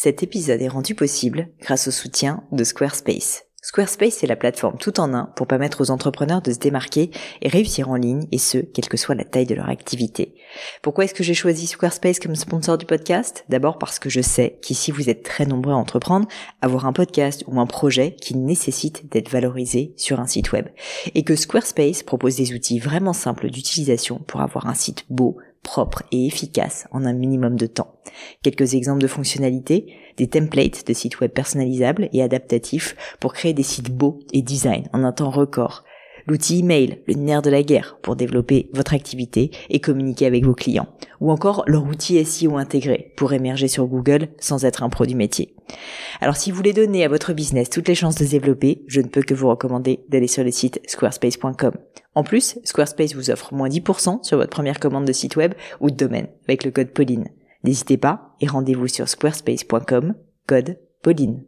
Cet épisode est rendu possible grâce au soutien de Squarespace. Squarespace est la plateforme tout en un pour permettre aux entrepreneurs de se démarquer et réussir en ligne, et ce, quelle que soit la taille de leur activité. Pourquoi est-ce que j'ai choisi Squarespace comme sponsor du podcast ? D'abord parce que je sais qu'ici vous êtes très nombreux à entreprendre, avoir un podcast ou un projet qui nécessite d'être valorisé sur un site web. Et que Squarespace propose des outils vraiment simples d'utilisation pour avoir un site beau, propre et efficace en un minimum de temps. Quelques exemples de fonctionnalités, des templates de sites web personnalisables et adaptatifs pour créer des sites beaux et design en un temps record. L'outil email, le nerf de la guerre pour développer votre activité et communiquer avec vos clients. Ou encore leur outil SEO intégré pour émerger sur Google sans être un pro du métier. Alors si vous voulez donner à votre business toutes les chances de se développer, je ne peux que vous recommander d'aller sur le site squarespace.com. En plus, Squarespace vous offre moins 10% sur votre première commande de site web ou de domaine avec le code Pauline. N'hésitez pas et rendez-vous sur squarespace.com, code Pauline.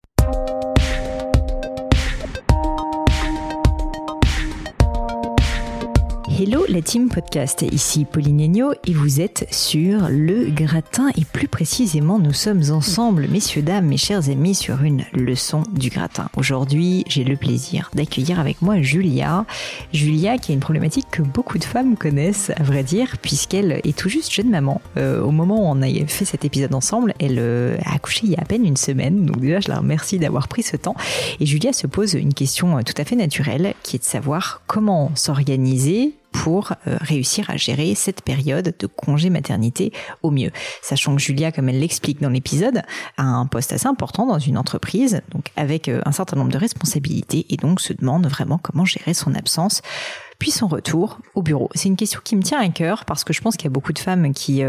Hello la team podcast, ici Pauline Agneau et vous êtes sur Le Gratin et plus précisément nous sommes ensemble, messieurs, dames, mes chers amis, sur une leçon du gratin. Aujourd'hui, j'ai le plaisir d'accueillir avec moi Julia. Julia qui a une problématique que beaucoup de femmes connaissent, à vrai dire, puisqu'elle est tout juste jeune maman. Au moment où on a fait cet épisode ensemble, elle a accouché il y a à peine une semaine, donc déjà je la remercie d'avoir pris ce temps. Et Julia se pose une question tout à fait naturelle, qui est de savoir comment s'organiser pour réussir à gérer cette période de congé maternité au mieux. Sachant que Julia, comme elle l'explique dans l'épisode, a un poste assez important dans une entreprise, donc avec un certain nombre de responsabilités, et donc se demande vraiment comment gérer son absence puis son retour au bureau. C'est une question qui me tient à cœur parce que je pense qu'il y a beaucoup de femmes qui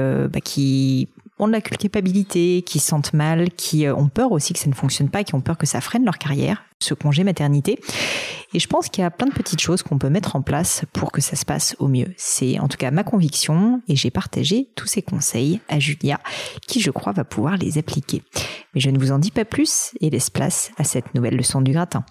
ont de la culpabilité, qui se sentent mal, qui ont peur aussi que ça ne fonctionne pas, qui ont peur que ça freine leur carrière, ce congé maternité. Et je pense qu'il y a plein de petites choses qu'on peut mettre en place pour que ça se passe au mieux. C'est en tout cas ma conviction et j'ai partagé tous ces conseils à Julia qui, je crois, va pouvoir les appliquer. Mais je ne vous en dis pas plus et laisse place à cette nouvelle leçon du gratin.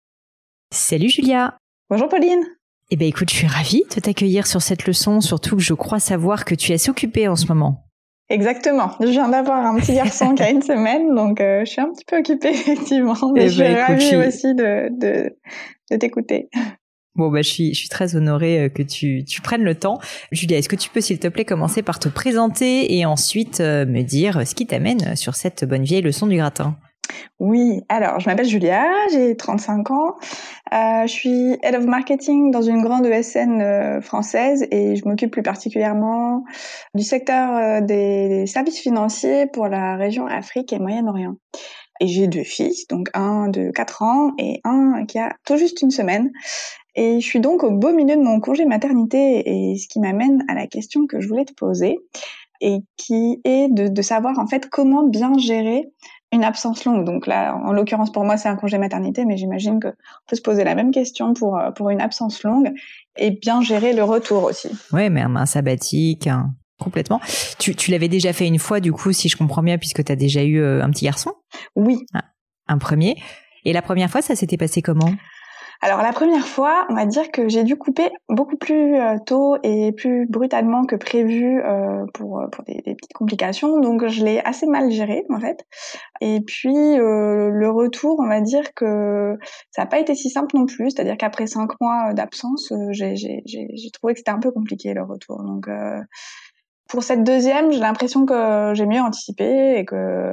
Salut Julia! Bonjour Pauline! Eh ben écoute, je suis ravie de t'accueillir sur cette leçon, surtout que je crois savoir que tu es assez occupée en ce moment. Exactement. Je viens d'avoir un petit garçon qui a une semaine, donc je suis un petit peu occupée effectivement, mais je suis ravie aussi de t'écouter. Bon je suis très honorée que tu prennes le temps. Julia, est-ce que tu peux s'il te plaît commencer par te présenter et ensuite me dire ce qui t'amène sur cette bonne vieille leçon du gratin? Oui, alors je m'appelle Julia, j'ai 35 ans, je suis Head of Marketing dans une grande ESN française et je m'occupe plus particulièrement du secteur des services financiers pour la région Afrique et Moyen-Orient. Et j'ai 2 fils, donc un de 4 ans et un qui a tout juste une semaine. Et je suis donc au beau milieu de mon congé maternité et ce qui m'amène à la question que je voulais te poser et qui est de savoir en fait comment bien gérer une absence longue. Donc là, en l'occurrence pour moi, c'est un congé maternité, mais j'imagine qu'on peut se poser la même question pour une absence longue et bien gérer le retour aussi. Ouais, mais un sabbatique, complètement. Tu l'avais déjà fait une fois, du coup, si je comprends bien, puisque tu as déjà eu un petit garçon ? Oui. Un premier. Et la première fois, ça s'était passé comment ? Alors la première fois, on va dire que j'ai dû couper beaucoup plus tôt et plus brutalement que prévu pour des petites complications, donc je l'ai assez mal géré en fait. Et puis le retour, on va dire que ça n'a pas été si simple non plus, c'est-à-dire qu'après 5 mois d'absence, j'ai trouvé que c'était un peu compliqué le retour. Donc pour cette deuxième, j'ai l'impression que j'ai mieux anticipé et que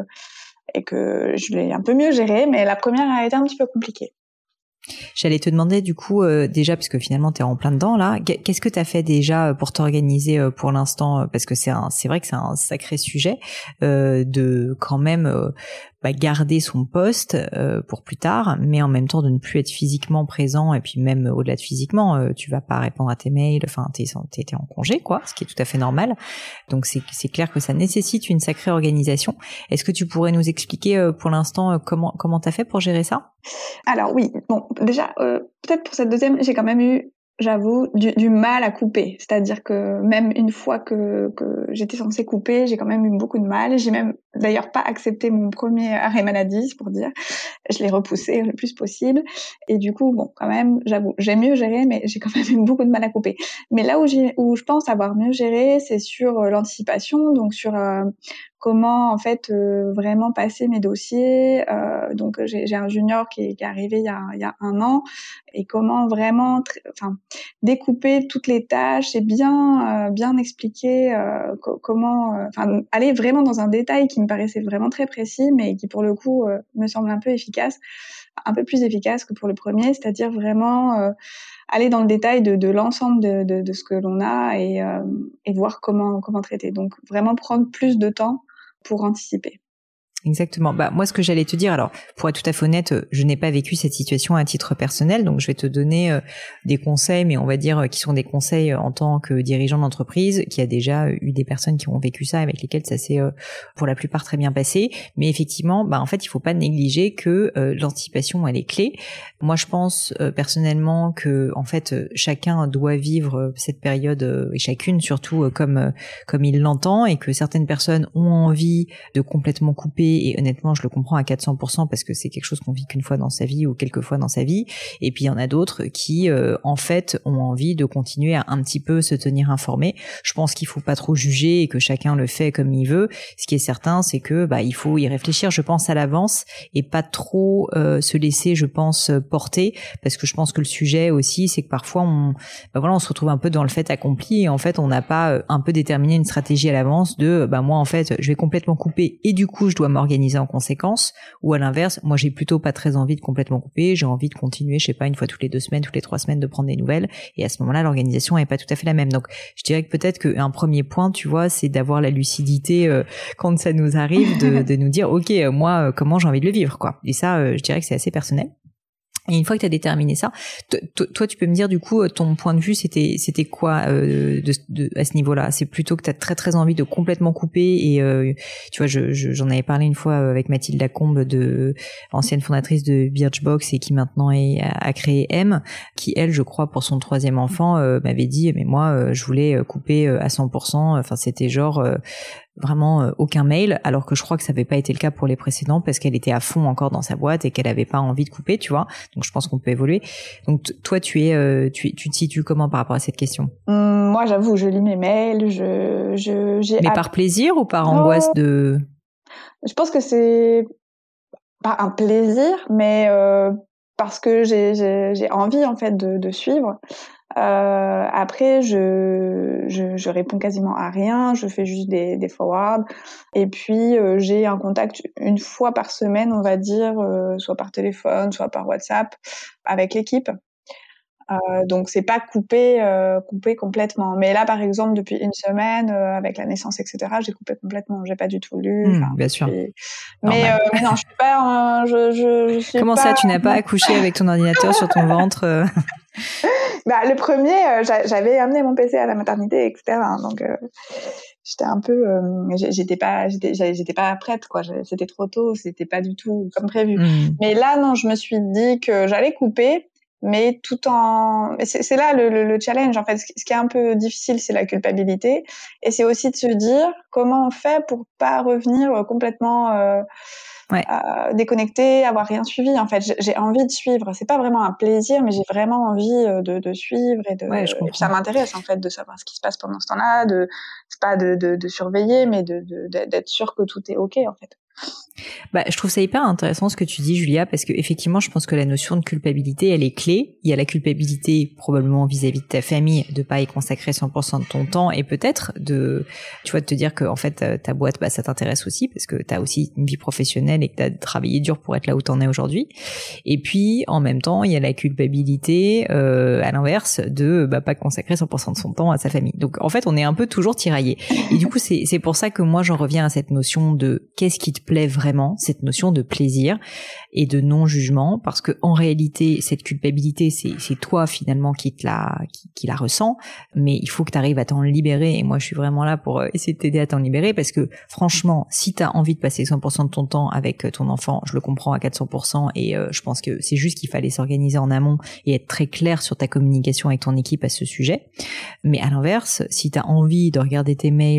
je l'ai un peu mieux géré, mais la première a été un petit peu compliquée. J'allais te demander du coup déjà parce que finalement t'es en plein dedans là, qu'est-ce que t'as fait déjà pour t'organiser pour l'instant, parce que c'est vrai que c'est un sacré sujet de quand même garder son poste pour plus tard, mais en même temps de ne plus être physiquement présent, et puis même au-delà de physiquement, tu vas pas répondre à tes mails, enfin t'es en congé quoi, ce qui est tout à fait normal. Donc c'est clair que ça nécessite une sacrée organisation. Est-ce que tu pourrais nous expliquer pour l'instant comment t'as fait pour gérer ça ? Alors oui, bon déjà peut-être pour cette deuxième, j'ai quand même eu, j'avoue, du mal à couper. C'est-à-dire que même une fois que j'étais censée couper, j'ai quand même eu beaucoup de mal. J'ai même d'ailleurs pas accepté mon premier arrêt maladie, c'est pour dire. Je l'ai repoussé le plus possible. Et du coup, bon, quand même, j'avoue, j'ai mieux géré, mais j'ai quand même eu beaucoup de mal à couper. Mais là où je pense avoir mieux géré, c'est sur l'anticipation, donc sur comment en fait vraiment passer mes dossiers. Donc j'ai un junior qui est arrivé il y a 1 an, et comment vraiment découper toutes les tâches et bien expliquer comment aller vraiment dans un détail qui me paraissait vraiment très précis, mais qui pour le coup me semble un peu plus efficace que pour le premier, c'est-à-dire vraiment aller dans le détail de l'ensemble de ce que l'on a et voir comment traiter. Donc vraiment prendre plus de temps pour anticiper. Exactement. Moi, ce que j'allais te dire, alors, pour être tout à fait honnête, je n'ai pas vécu cette situation à titre personnel, donc je vais te donner des conseils, mais on va dire qui sont des conseils en tant que dirigeant d'entreprise, qui a déjà eu des personnes qui ont vécu ça, avec lesquelles ça s'est pour la plupart très bien passé. Mais effectivement, en fait, il faut pas négliger que l'anticipation, elle est clé. Moi, je pense personnellement que, en fait, chacun doit vivre cette période, et chacune surtout comme il l'entend, et que certaines personnes ont envie de complètement couper. Et honnêtement, je le comprends à 400% parce que c'est quelque chose qu'on vit qu'une fois dans sa vie ou quelques fois dans sa vie. Et puis il y en a d'autres qui, en fait, ont envie de continuer à un petit peu se tenir informés. Je pense qu'il faut pas trop juger et que chacun le fait comme il veut. Ce qui est certain, c'est que il faut y réfléchir, je pense, à l'avance et pas trop se laisser, je pense, porter, parce que je pense que le sujet aussi, c'est que parfois on se retrouve un peu dans le fait accompli et en fait on n'a pas un peu déterminé une stratégie à l'avance de moi en fait je vais complètement couper et du coup je dois m'organiser en conséquence, ou à l'inverse, moi j'ai plutôt pas très envie de complètement couper, j'ai envie de continuer, je sais pas, une fois toutes les 2 semaines, toutes les 3 semaines de prendre des nouvelles, et à ce moment-là l'organisation est pas tout à fait la même. Donc je dirais que peut-être qu'un premier point, tu vois, c'est d'avoir la lucidité quand ça nous arrive de nous dire ok, moi comment j'ai envie de le vivre, quoi. Et ça je dirais que c'est assez personnel. Et une fois que tu as déterminé ça, toi tu peux me dire du coup ton point de vue c'était quoi à ce niveau-là? C'est plutôt que tu as très très envie de complètement couper et tu vois j'en avais parlé une fois avec Mathilde Lacombe, de ancienne fondatrice de Birchbox et qui maintenant a créé M, qui elle je crois pour son 3e enfant m'avait dit mais moi je voulais couper à 100%, enfin c'était genre vraiment aucun mail, alors que je crois que ça n'avait pas été le cas pour les précédents parce qu'elle était à fond encore dans sa boîte et qu'elle avait pas envie de couper, tu vois. Donc je pense qu'on peut évoluer. Donc toi tu te situes comment par rapport à cette question? Moi j'avoue, je lis mes mails, mais par plaisir ou par angoisse de... Je pense que c'est pas un plaisir, mais parce que j'ai envie en fait de suivre. Après, je réponds quasiment à rien, je fais juste des forwards. Et puis, j'ai un contact une fois par semaine, on va dire, soit par téléphone, soit par WhatsApp, avec l'équipe. Donc c'est pas coupé complètement. Mais là, par exemple, depuis 1 semaine, avec la naissance, etc., j'ai coupé complètement. J'ai pas du tout lu. Bien sûr. Mais non, je suis pas. Je suis Comment pas... ça, tu n'as pas accouché avec ton ordinateur sur ton ventre? Le premier, j'avais amené mon PC à la maternité, etc. Donc j'étais un peu, j'étais pas prête, quoi. C'était trop tôt, c'était pas du tout comme prévu. Mais là, non, je me suis dit que j'allais couper, mais tout en, c'est là le challenge en fait. Ce qui est un peu difficile, c'est la culpabilité, et c'est aussi de se dire comment on fait pour pas revenir complètement déconnecter, avoir rien suivi. En fait, j'ai envie de suivre. C'est pas vraiment un plaisir, mais j'ai vraiment envie de suivre et je comprends. Et ça m'intéresse en fait de savoir ce qui se passe pendant ce temps-là, c'est pas de surveiller, mais d'être sûr que tout est ok en fait. Je trouve ça hyper intéressant ce que tu dis, Julia, parce que effectivement, je pense que la notion de culpabilité, elle est clé. Il y a la culpabilité probablement vis-à-vis de ta famille, de pas y consacrer 100% de ton temps, et peut-être de te dire que en fait ta boîte, ça t'intéresse aussi parce que t'as aussi une vie professionnelle et que t'as travaillé dur pour être là où t'en es aujourd'hui. Et puis en même temps, il y a la culpabilité à l'inverse de pas consacrer 100% de son temps à sa famille. Donc en fait, on est un peu toujours tiraillé. Et du coup, c'est pour ça que moi j'en reviens à cette notion de qu'est-ce qui te plaît vraiment, cette notion de plaisir et de non-jugement, parce que en réalité cette culpabilité c'est toi finalement qui la ressens, mais il faut que tu arrives à t'en libérer, et moi je suis vraiment là pour essayer de t'aider à t'en libérer, parce que franchement si tu as envie de passer 100% de ton temps avec ton enfant, je le comprends à 400%, et je pense que c'est juste qu'il fallait s'organiser en amont et être très clair sur ta communication avec ton équipe à ce sujet. Mais à l'inverse, si tu as envie de regarder tes mails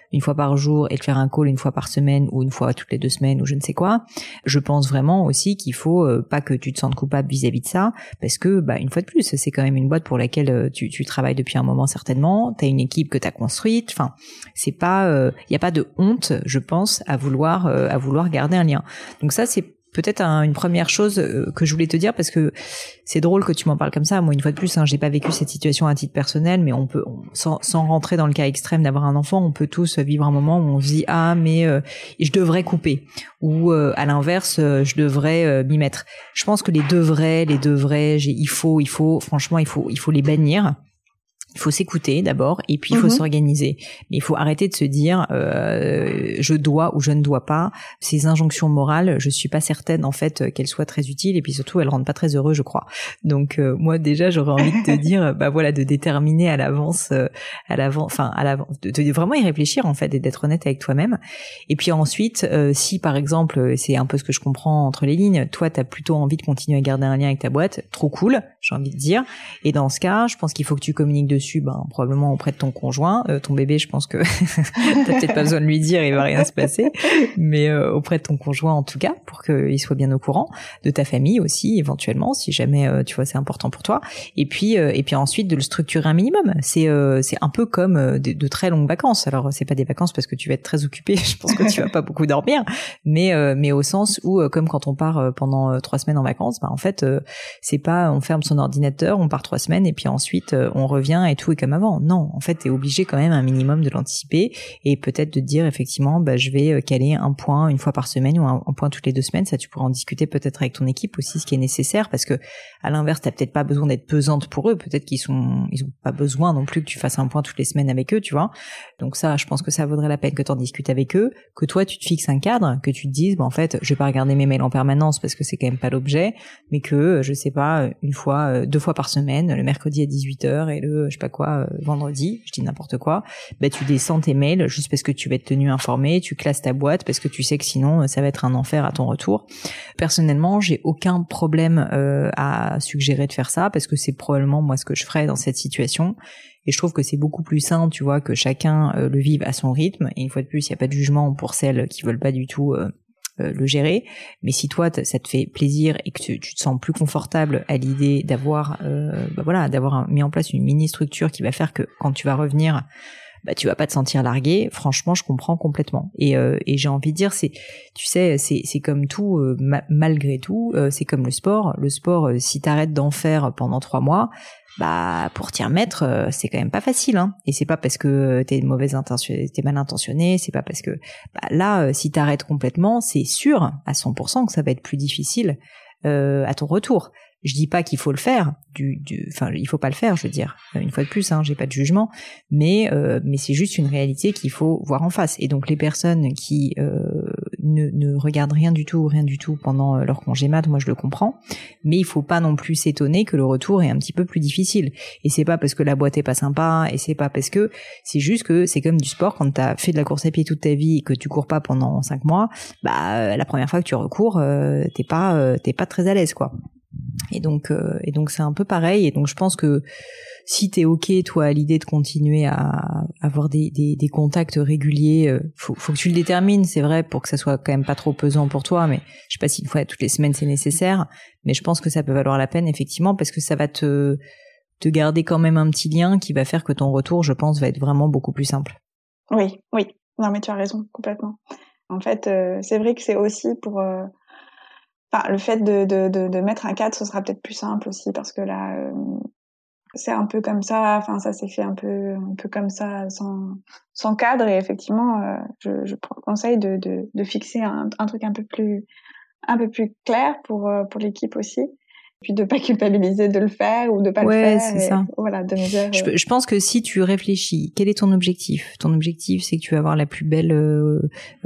une fois par jour et de faire un call une fois par semaine ou une fois toutes les 2 semaines ou je ne sais quoi. Je pense vraiment aussi qu'il faut pas que tu te sentes coupable vis-à-vis de ça, parce que une fois de plus, c'est quand même une boîte pour laquelle tu travailles depuis un moment certainement, t'as une équipe que t'as construite, enfin c'est pas y a pas de honte, je pense, à vouloir garder un lien. Donc ça c'est peut-être une première chose que je voulais te dire, parce que c'est drôle que tu m'en parles comme ça. Moi, une fois de plus, j'ai pas vécu cette situation à titre personnel, mais sans rentrer dans le cas extrême d'avoir un enfant, on peut tous vivre un moment où on se dit mais je devrais couper, ou à l'inverse, je devrais m'y mettre. Je pense que les devrais, il faut franchement, il faut les bannir. Il faut s'écouter d'abord, et puis il faut s'organiser. Mais il faut arrêter de se dire je dois ou je ne dois pas. Ces injonctions morales, je suis pas certaine en fait qu'elles soient très utiles, et puis surtout elles rendent pas très heureux, je crois. Donc moi déjà j'aurais envie de te dire de déterminer à l'avance, de vraiment y réfléchir en fait, et d'être honnête avec toi-même. Et puis ensuite, si par exemple, c'est un peu ce que je comprends entre les lignes, toi t'as plutôt envie de continuer à garder un lien avec ta boîte, trop cool, j'ai envie de dire. Et dans ce cas, je pense qu'il faut que tu communiques dessus, probablement auprès de ton conjoint. Ton bébé, je pense que t'as peut-être pas besoin de lui dire, il va rien se passer, mais auprès de ton conjoint en tout cas, pour qu'il soit bien au courant, de ta famille aussi éventuellement, si jamais tu vois c'est important pour toi. Et puis ensuite de le structurer un minimum. C'est un peu comme de très longues vacances. Alors c'est pas des vacances parce que tu vas être très occupé, je pense que tu vas pas beaucoup dormir, mais au sens où comme quand on part pendant 3 semaines en vacances, en fait c'est pas on ferme son ordinateur, on part 3 semaines et puis ensuite on revient et tout est comme avant. Non, en fait t'es obligé quand même un minimum de l'anticiper, et peut-être de te dire effectivement je vais caler un point une fois par semaine ou un point toutes les 2 semaines. Ça tu pourras en discuter peut-être avec ton équipe aussi, ce qui est nécessaire, parce que à l'inverse t'as peut-être pas besoin d'être pesante pour eux, peut-être ils ont pas besoin non plus que tu fasses un point toutes les semaines avec eux, tu vois. Donc ça, je pense que ça vaudrait la peine que t'en discutes avec eux, que toi tu te fixes un cadre, que tu te dises en fait je vais pas regarder mes mails en permanence parce que c'est quand même pas l'objet, mais que je sais pas, 2 fois par semaine, le mercredi à 18h et le je sais pas quoi vendredi, je dis n'importe quoi, tu descends tes mails juste parce que tu vas être tenu informé, tu classes ta boîte parce que tu sais que sinon ça va être un enfer à ton retour. Personnellement, j'ai aucun problème à suggérer de faire ça, parce que c'est probablement moi ce que je ferais dans cette situation. Et je trouve que c'est beaucoup plus sain, tu vois, que chacun le vive à son rythme. Et une fois de plus, il n'y a pas de jugement pour celles qui veulent pas du tout le gérer. Mais si toi, ça te fait plaisir et que tu te sens plus confortable à l'idée d'avoir, d'avoir mis en place une mini structure qui va faire que quand tu vas revenir, tu vas pas te sentir largué. Franchement, je comprends complètement. Et j'ai envie de dire, c'est comme tout, malgré tout, c'est comme le sport. Le sport, si t'arrêtes d'en faire pendant 3 mois, pour t'y remettre, c'est quand même pas facile, hein. Et c'est pas parce que t'es mal intentionné, c'est pas parce que là, si t'arrêtes complètement, c'est sûr à 100% que ça va être plus difficile à ton retour. Je dis pas qu'il faut le faire, il faut pas le faire, je veux dire. Une fois de plus, j'ai pas de jugement, mais c'est juste une réalité qu'il faut voir en face. Et donc les personnes qui ne regardent rien du tout pendant leur congé mat, moi je le comprends, mais il faut pas non plus s'étonner que le retour est un petit peu plus difficile. Et c'est pas parce que la boîte est pas sympa, et c'est pas parce que, c'est juste que c'est comme du sport. Quand t'as fait de la course à pied toute ta vie et que tu cours pas pendant 5 mois, la première fois que tu recours, t'es pas très à l'aise, quoi. Et donc c'est un peu pareil. Et donc je pense que si t'es ok toi à l'idée de continuer à avoir des contacts réguliers, faut que tu le détermines, c'est vrai, pour que ça soit quand même pas trop pesant pour toi. Mais je sais pas si une fois toutes les semaines c'est nécessaire, mais je pense que ça peut valoir la peine effectivement, parce que ça va te garder quand même un petit lien qui va faire que ton retour, je pense, va être vraiment beaucoup plus simple. Oui, non mais tu as raison complètement. En fait, c'est vrai que c'est aussi pour le fait de mettre un cadre, ce sera peut-être plus simple aussi, parce que là, c'est un peu comme ça. Enfin, ça s'est fait un peu comme ça, sans cadre. Et effectivement, je conseille de fixer un truc un peu plus clair pour l'équipe aussi. Puis de pas culpabiliser de le faire ou de pas le faire. Ouais, c'est ça. Voilà, de me dire. Je pense que si tu réfléchis, quel est ton objectif ? Ton objectif, c'est que tu vas avoir la plus belle,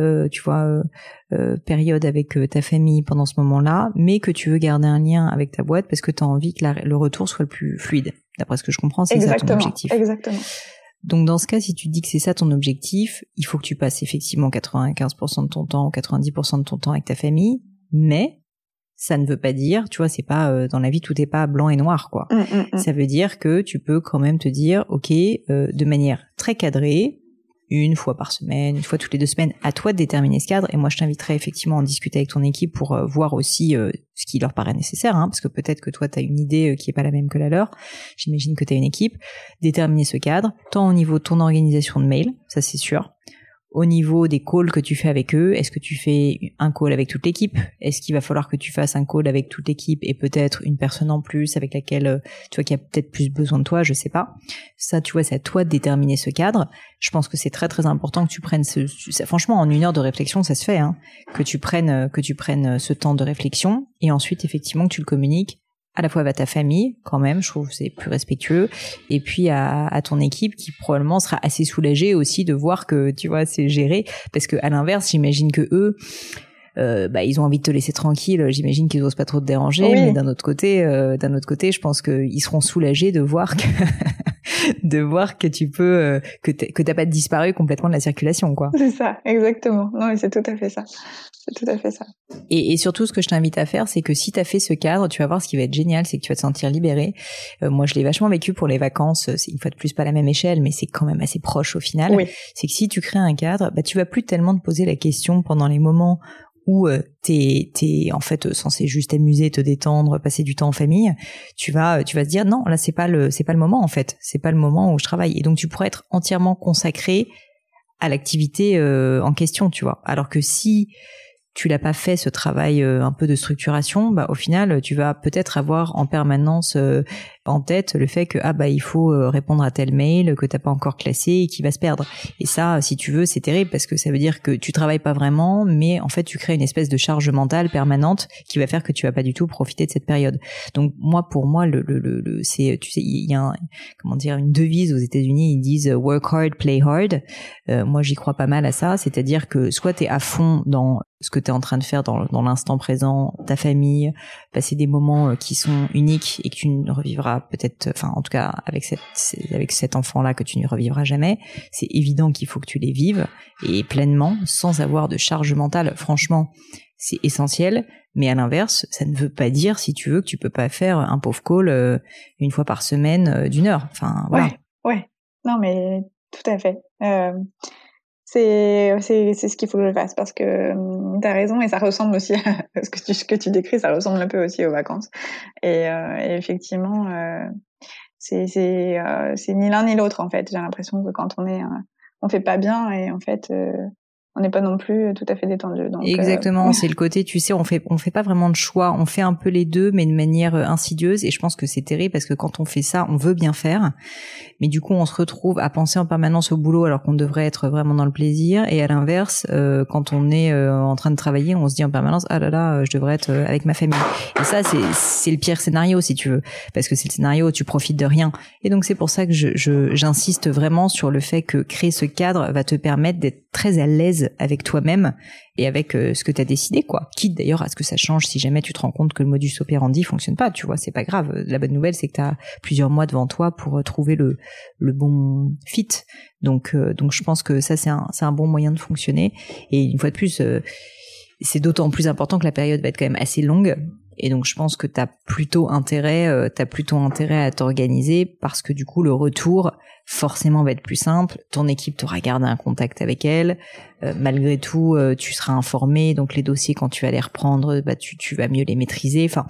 période avec ta famille pendant ce moment-là, mais que tu veux garder un lien avec ta boîte parce que tu as envie que le retour soit le plus fluide. D'après ce que je comprends, c'est ça ton objectif. Exactement. Donc dans ce cas, si tu dis que c'est ça ton objectif, il faut que tu passes effectivement 95% de ton temps ou 90% de ton temps avec ta famille, mais ça ne veut pas dire, tu vois, c'est pas dans la vie tout est pas blanc et noir, quoi. Ça veut dire que tu peux quand même te dire, ok, de manière très cadrée, une fois par semaine, une fois toutes les 2 semaines. À toi de déterminer ce cadre. Et moi, je t'inviterais effectivement à en discuter avec ton équipe pour voir aussi ce qui leur paraît nécessaire, parce que peut-être que toi, tu as une idée qui est pas la même que la leur. J'imagine que tu as une équipe. Déterminer ce cadre, tant au niveau de ton organisation de mail, ça c'est sûr. Au niveau des calls que tu fais avec eux, est-ce que tu fais un call avec toute l'équipe? Est-ce qu'il va falloir que tu fasses un call avec toute l'équipe et peut-être une personne en plus avec laquelle tu vois qui a peut-être plus besoin de toi, je sais pas. Ça, tu vois, c'est à toi de déterminer ce cadre. Je pense que c'est très très important que tu prennes franchement, en 1 heure de réflexion, ça se fait, que tu prennes ce temps de réflexion et ensuite effectivement que tu le communiques à la fois à ta famille, quand même, je trouve que c'est plus respectueux, et puis à ton équipe qui probablement sera assez soulagée aussi de voir que, tu vois, c'est géré, parce que à l'inverse, j'imagine que eux, ils ont envie de te laisser tranquille, j'imagine qu'ils osent pas trop te déranger, oui. Mais d'un autre côté, je pense qu'ils seront soulagés de voir que tu peux, que t'as pas disparu complètement de la circulation, quoi. C'est ça, exactement. Non, mais c'est tout à fait ça. C'est tout à fait ça. Et surtout, ce que je t'invite à faire, c'est que si t'as fait ce cadre, tu vas voir ce qui va être génial, c'est que tu vas te sentir libéré. Moi, je l'ai vachement vécu pour les vacances. C'est une fois de plus pas la même échelle, mais c'est quand même assez proche au final. Oui. C'est que si tu crées un cadre, tu vas plus tellement te poser la question pendant les moments où t'es en fait censé juste t'amuser, te détendre, passer du temps en famille. Tu vas te dire non, là c'est pas le moment en fait. C'est pas le moment où je travaille. Et donc tu pourrais être entièrement consacré à l'activité en question, tu vois. Alors que si tu l'as pas fait ce travail un peu de structuration, au final tu vas peut-être avoir en permanence en tête le fait que il faut répondre à tel mail que t'as pas encore classé et qui va se perdre. Et ça, si tu veux, c'est terrible parce que ça veut dire que tu travailles pas vraiment, mais en fait tu crées une espèce de charge mentale permanente qui va faire que tu vas pas du tout profiter de cette période. Donc pour moi c'est, tu sais, il y a une devise aux États-Unis, ils disent work hard, play hard. Moi j'y crois pas mal à ça, c'est-à-dire que soit t'es à fond dans ce que t'es en train de faire dans l'instant présent, ta famille, passer des moments qui sont uniques et que tu ne revivras peut-être, en tout cas avec cet enfant-là que tu ne revivras jamais. C'est évident qu'il faut que tu les vives et pleinement, sans avoir de charge mentale. Franchement, c'est essentiel. Mais à l'inverse, ça ne veut pas dire, si tu veux, que tu peux pas faire un pauvre call une fois par semaine d'1 heure. Voilà. Ouais. Non, mais tout à fait. C'est ce qu'il faut que je fasse parce que t'as raison et ça ressemble aussi à ce que tu décris, ça ressemble un peu aussi aux vacances et effectivement c'est ni l'un ni l'autre en fait. J'ai l'impression que quand on fait pas bien et en fait on n'est pas non plus tout à fait détendu. Donc, exactement, c'est le côté, tu sais, on fait pas vraiment de choix, on fait un peu les deux, mais de manière insidieuse. Et je pense que c'est terrible parce que quand on fait ça, on veut bien faire, mais du coup, on se retrouve à penser en permanence au boulot alors qu'on devrait être vraiment dans le plaisir. Et à l'inverse, quand on est en train de travailler, on se dit en permanence, ah là là, je devrais être avec ma famille. Et ça, c'est le pire scénario, si tu veux, parce que c'est le scénario où tu profites de rien. Et donc, c'est pour ça que j'insiste vraiment sur le fait que créer ce cadre va te permettre d'être très à l'aise avec toi-même et avec ce que tu as décidé, quoi. Quitte d'ailleurs à ce que ça change si jamais tu te rends compte que le modus operandi fonctionne pas, tu vois, c'est pas grave. La bonne nouvelle, c'est que tu as plusieurs mois devant toi pour trouver le bon fit. Donc je pense que ça, c'est un bon moyen de fonctionner. Et une fois de plus, c'est d'autant plus important que la période va être quand même assez longue. Et donc je pense que t'as plutôt intérêt à t'organiser parce que du coup le retour forcément va être plus simple. Ton équipe t'aura gardé un contact avec elle. Malgré tout, tu seras informé. Donc les dossiers quand tu vas les reprendre, tu vas mieux les maîtriser. Enfin,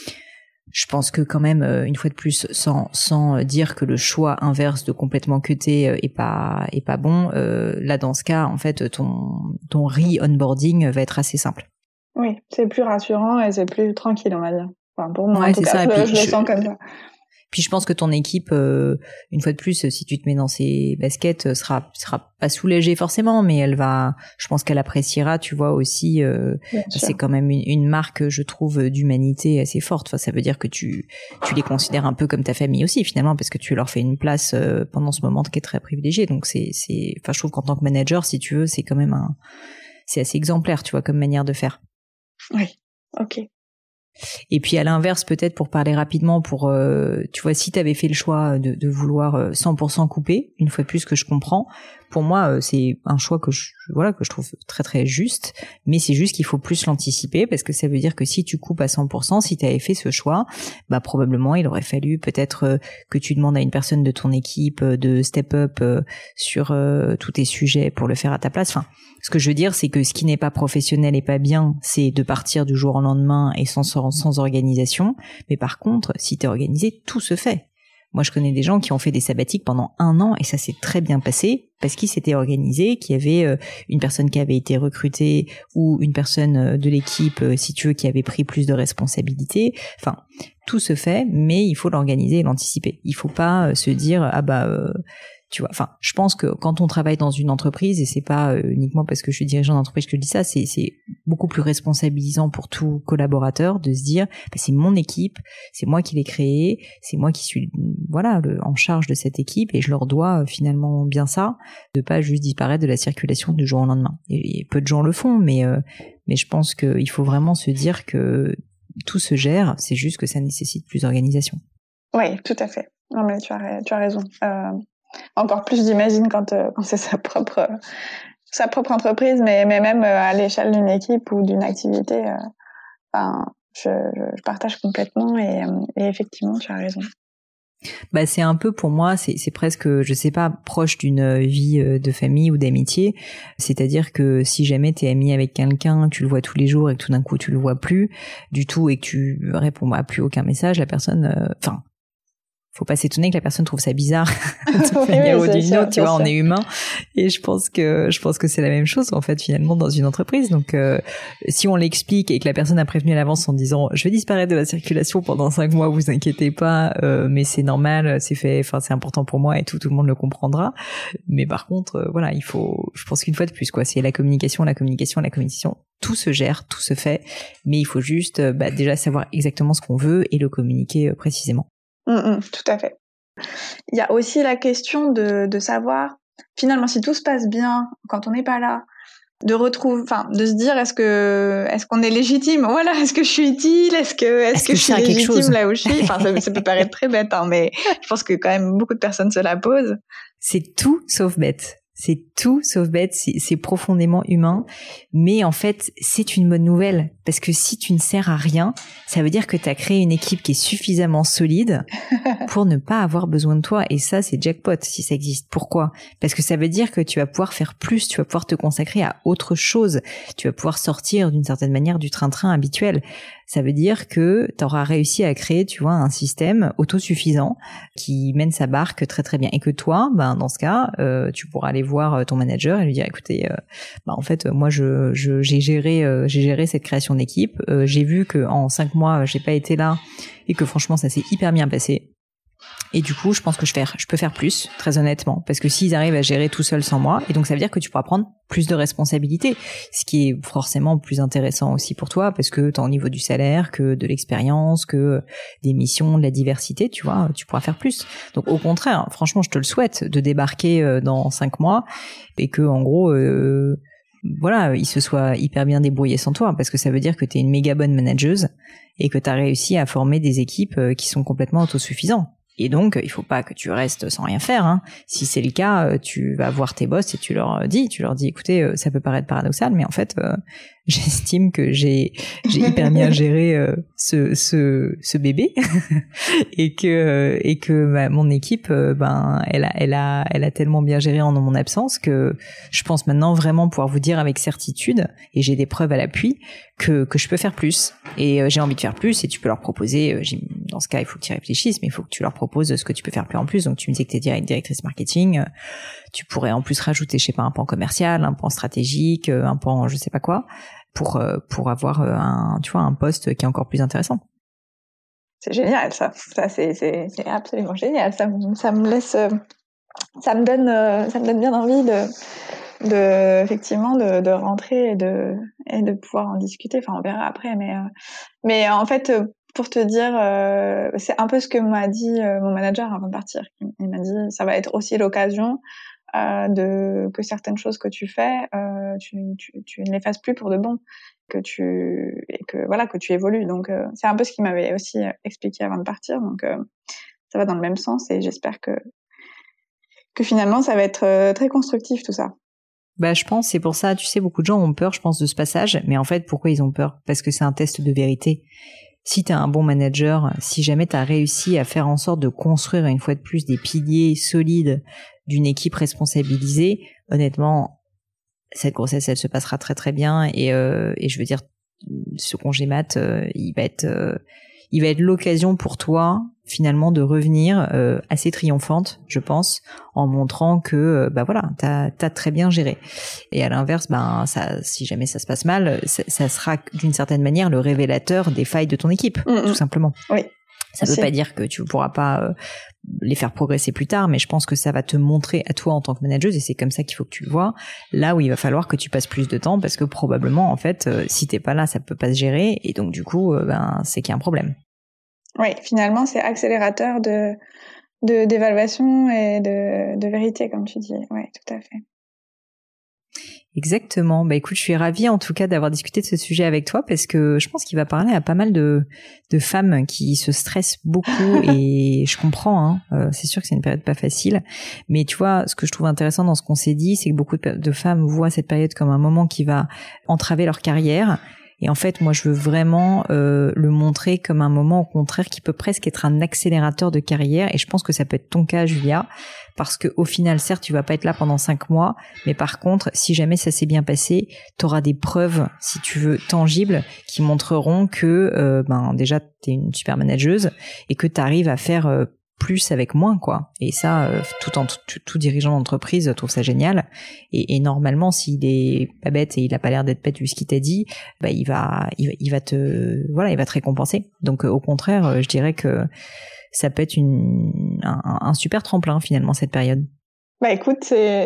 je pense que quand même une fois de plus, sans dire que le choix inverse de complètement cutter est pas bon. Là dans ce cas, en fait, ton re-onboarding va être assez simple. Oui, c'est plus rassurant et c'est plus tranquille, on va dire. Enfin, pour moi, en tout cas, je le sens comme ça. Puis je pense que ton équipe, une fois de plus, si tu te mets dans ses baskets, sera pas soulagée forcément, mais je pense qu'elle appréciera, tu vois, aussi, c'est quand même une marque, je trouve, d'humanité assez forte. Enfin, ça veut dire que tu les considères un peu comme ta famille aussi, finalement, parce que tu leur fais une place pendant ce moment qui est très privilégié. Donc je trouve qu'en tant que manager, si tu veux, c'est quand même c'est assez exemplaire, tu vois, comme manière de faire. Oui, ok. Et puis à l'inverse, peut-être pour parler rapidement, tu vois, si tu avais fait le choix de vouloir 100% couper, une fois de plus que je comprends, pour moi, c'est un choix que je trouve très très juste, mais c'est juste qu'il faut plus l'anticiper parce que ça veut dire que si tu coupes à 100%, si tu avais fait ce choix, bah probablement il aurait fallu peut-être que tu demandes à une personne de ton équipe de step up sur tous tes sujets pour le faire à ta place. Enfin, ce que je veux dire, c'est que ce qui n'est pas professionnel et pas bien, c'est de partir du jour au lendemain et sans organisation. Mais par contre, si t'es organisé, tout se fait. Moi, je connais des gens qui ont fait des sabbatiques pendant 1 an et ça s'est très bien passé parce qu'ils s'étaient organisés, qu'il y avait une personne qui avait été recrutée ou une personne de l'équipe, si tu veux, qui avait pris plus de responsabilités. Enfin, tout se fait, mais il faut l'organiser et l'anticiper. Il faut pas se dire tu vois, enfin, je pense que quand on travaille dans une entreprise, et c'est pas uniquement parce que je suis dirigeant d'entreprise que je dis ça, c'est beaucoup plus responsabilisant pour tout collaborateur de se dire, bah, c'est mon équipe, c'est moi qui l'ai créée, c'est moi qui suis, en charge de cette équipe, et je leur dois finalement bien ça, de pas juste disparaître de la circulation du jour au lendemain. Et peu de gens le font, mais je pense qu'il faut vraiment se dire que tout se gère, c'est juste que ça nécessite plus d'organisation. Oui, tout à fait. Non, mais tu as raison. Encore plus, j'imagine, quand c'est sa propre entreprise, mais même à l'échelle d'une équipe ou d'une activité. Je partage complètement et effectivement, tu as raison. Bah c'est un peu pour moi, c'est presque, je sais pas, proche d'une vie de famille ou d'amitié. C'est-à-dire que si jamais t'es ami avec quelqu'un, tu le vois tous les jours et que tout d'un coup tu le vois plus du tout et que tu réponds à plus aucun message, la personne, faut pas s'étonner que la personne trouve ça bizarre de manière ou d'une autre, tu vois, on est humain, et je pense que c'est la même chose en fait finalement dans une entreprise. Donc si on l'explique et que la personne a prévenu à l'avance en disant je vais disparaître de la circulation pendant 5 mois, vous inquiétez pas, mais c'est normal, c'est fait, enfin c'est important pour moi et tout le monde le comprendra. Mais par contre voilà, il faut, je pense qu'une fois de plus quoi, c'est la communication, tout se gère, tout se fait, mais il faut juste déjà savoir exactement ce qu'on veut et le communiquer précisément. Tout à fait. Il y a aussi la question de savoir, finalement, si tout se passe bien quand on n'est pas là, de se dire est-ce qu'on est légitime, voilà, est-ce que je suis utile, est-ce que je suis légitime là où je suis, enfin ça peut paraître très bête, hein, mais je pense que quand même beaucoup de personnes se la posent. C'est tout sauf bête. C'est tout sauf bête, c'est profondément humain, mais en fait, c'est une bonne nouvelle, parce que si tu ne sers à rien, ça veut dire que tu as créé une équipe qui est suffisamment solide pour ne pas avoir besoin de toi, et ça, c'est jackpot si ça existe. Pourquoi ? Parce que ça veut dire que tu vas pouvoir faire plus, tu vas pouvoir te consacrer à autre chose, tu vas pouvoir sortir d'une certaine manière du train-train habituel. Ça veut dire que tu auras réussi à créer, tu vois, un système autosuffisant qui mène sa barque très très bien. Et que toi, dans ce cas, tu pourras aller voir ton manager et lui dire, écoutez, en fait, moi, j'ai géré cette création d'équipe. J'ai vu que en 5 mois, j'ai pas été là et que franchement, ça s'est hyper bien passé. Et du coup, je pense que je peux faire plus, très honnêtement, parce que s'ils arrivent à gérer tout seuls sans moi, et donc ça veut dire que tu pourras prendre plus de responsabilités, ce qui est forcément plus intéressant aussi pour toi, parce que tant au niveau du salaire, que de l'expérience, que des missions, de la diversité, tu vois, tu pourras faire plus. Donc au contraire, franchement, je te le souhaite de débarquer dans 5 mois et que en gros il se soit hyper bien débrouillé sans toi, parce que ça veut dire que tu es une méga bonne manageuse et que tu as réussi à former des équipes qui sont complètement autosuffisantes. Et donc, il faut pas que tu restes sans rien faire, hein. Si c'est le cas, tu vas voir tes boss et tu leur dis, écoutez, ça peut paraître paradoxal, mais en fait, j'estime que j'ai hyper bien géré ce bébé et que mon équipe, elle a tellement bien géré en mon absence que je pense maintenant vraiment pouvoir vous dire avec certitude, et j'ai des preuves à l'appui, que je peux faire plus, et j'ai envie de faire plus, et tu peux leur proposer, dans ce cas il faut que tu y réfléchisses, mais il faut que tu leur proposes ce que tu peux faire plus en plus. Donc tu me disais que tu es directrice marketing, tu pourrais en plus rajouter, je sais pas, un pan commercial, un pan stratégique, un pan je sais pas quoi, pour avoir un poste qui est encore plus intéressant. C'est génial ça c'est absolument génial, ça me laisse, ça me donne bien envie effectivement de rentrer et de pouvoir en discuter. Enfin, on verra après, mais en fait, pour te dire, c'est un peu ce que m'a dit mon manager avant de partir. Il m'a dit, ça va être aussi l'occasion que certaines choses que tu fais, tu ne les fasses plus pour de bon, que tu évolues. Donc c'est un peu ce qu'il m'avait aussi expliqué avant de partir. Donc ça va dans le même sens, et j'espère que que finalement ça va être très constructif tout ça. Bah, je pense, c'est pour ça, tu sais, beaucoup de gens ont peur, je pense, de ce passage, mais en fait, pourquoi ils ont peur? Parce que c'est un test de vérité. Si t'es un bon manager, si jamais t'as réussi à faire en sorte de construire une fois de plus des piliers solides d'une équipe responsabilisée, honnêtement, cette grossesse, elle se passera très très bien et je veux dire, ce congé mat, il va être l'occasion pour toi finalement de revenir assez triomphante, je pense, en montrant que bah voilà, t'as très bien géré. Et à l'inverse, ben ça, si jamais ça se passe mal, ça sera d'une certaine manière le révélateur des failles de ton équipe, tout simplement. Oui. Ça veut pas dire que tu pourras pas les faire progresser plus tard, mais je pense que ça va te montrer à toi en tant que manageuse, et c'est comme ça qu'il faut que tu le vois, là où il va falloir que tu passes plus de temps, parce que probablement, en fait, si t'es pas là, ça peut pas se gérer, et donc du coup, c'est qu'il y a un problème. Oui, finalement, c'est accélérateur d'évaluation et de vérité, comme tu dis. Oui, tout à fait. Exactement. Bah écoute, je suis ravie en tout cas d'avoir discuté de ce sujet avec toi, parce que je pense qu'il va parler à pas mal de femmes qui se stressent beaucoup et je comprends, c'est sûr que c'est une période pas facile, mais tu vois, ce que je trouve intéressant dans ce qu'on s'est dit, c'est que beaucoup de femmes voient cette période comme un moment qui va entraver leur carrière. Et en fait, moi, je veux vraiment le montrer comme un moment, au contraire, qui peut presque être un accélérateur de carrière. Et je pense que ça peut être ton cas, Julia, parce que au final, certes, tu vas pas être là pendant 5 mois, mais par contre, si jamais ça s'est bien passé, tu auras des preuves, si tu veux, tangibles, qui montreront que, déjà, t'es une super manageuse et que t'arrives à faire plus avec moins, quoi. Et ça, tout dirigeant d'entreprise trouve ça génial. Et normalement, s'il est pas bête et il a pas l'air d'être bête vu ce qu'il t'a dit, bah il va te récompenser. Donc au contraire, je dirais que ça peut être un super tremplin finalement cette période. Bah écoute, c'est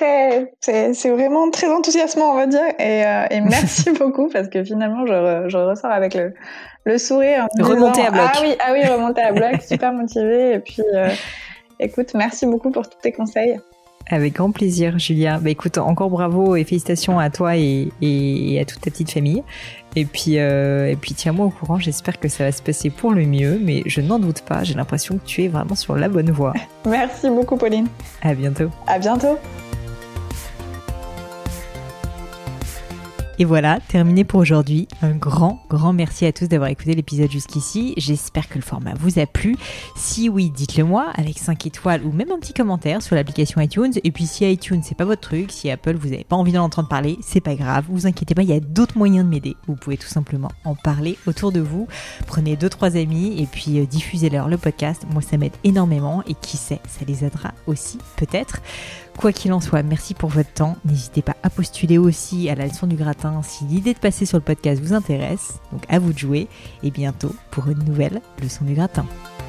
vraiment très enthousiasmant, on va dire, et merci beaucoup, parce que finalement je ressors avec le sourire en me remonter à bloc. Ah oui, remonter à bloc, super motivée. Et puis écoute, merci beaucoup pour tous tes conseils. Avec grand plaisir, Julia. Bah écoute, encore bravo et félicitations à toi et à toute ta petite famille. Et puis tiens-moi au courant, j'espère que ça va se passer pour le mieux, mais je n'en doute pas, j'ai l'impression que tu es vraiment sur la bonne voie. Merci beaucoup, Pauline. À bientôt. À bientôt. Et voilà, terminé pour aujourd'hui. Un grand merci à tous d'avoir écouté l'épisode jusqu'ici. J'espère que le format vous a plu. Si oui, dites-le moi avec 5 étoiles ou même un petit commentaire sur l'application iTunes. Et puis si iTunes c'est pas votre truc, si Apple vous n'avez pas envie d'en entendre parler, c'est pas grave. Vous inquiétez pas, il y a d'autres moyens de m'aider. Vous pouvez tout simplement en parler autour de vous. Prenez 2-3 amis et puis diffusez-leur le podcast. Moi ça m'aide énormément et qui sait, ça les aidera aussi peut-être. Quoi qu'il en soit, merci pour votre temps. N'hésitez pas à postuler aussi à la leçon du gratin si l'idée de passer sur le podcast vous intéresse. Donc à vous de jouer et bientôt pour une nouvelle leçon du gratin.